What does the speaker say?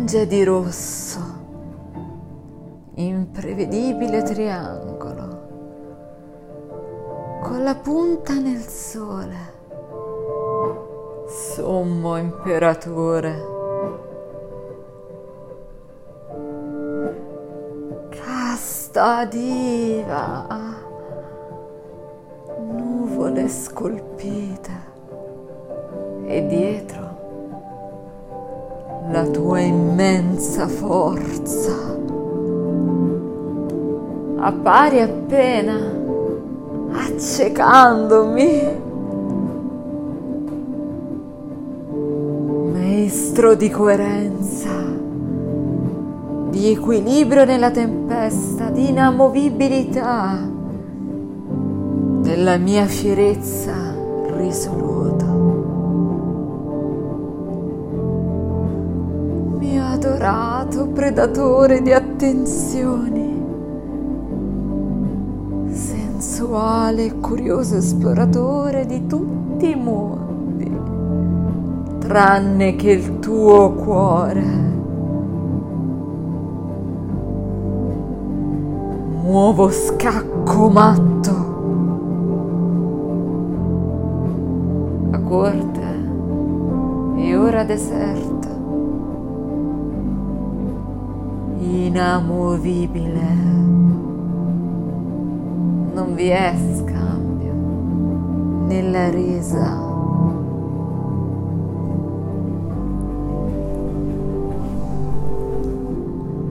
tinge di rosso, imprevedibile triangolo, con la punta nel sole, sommo imperatore, casta diva, nuvole scolpite, e dietro la tua immensa forza. Appari appena accecandomi, maestro di coerenza, di equilibrio nella tempesta, di inamovibilità, della mia fierezza risoluta. Mio adorato predatore di attenzioni, sensuale e curioso esploratore di tutti i mondi, tranne che il tuo cuore. Nuovo scacco matto, a corte e ora deserta, inamovibile, non vi è scambio nella resa